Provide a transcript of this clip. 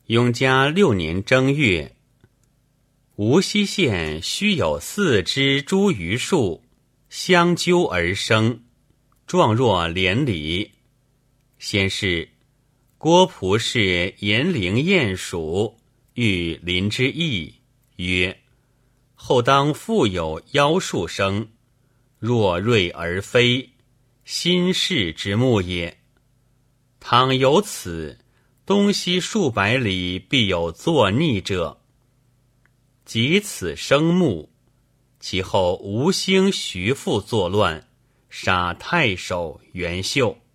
永嘉6年正月，无锡县须有4枝茱萸树，相纠而生，状若连理。先是郭璞氏颜灵晏属，欲临之意，曰：后当复有妖树生，若瑞而非，心事之木也。倘有此，东西数百里必有作逆者。及此生木，其后吴兴徐父作乱，杀太守袁秀。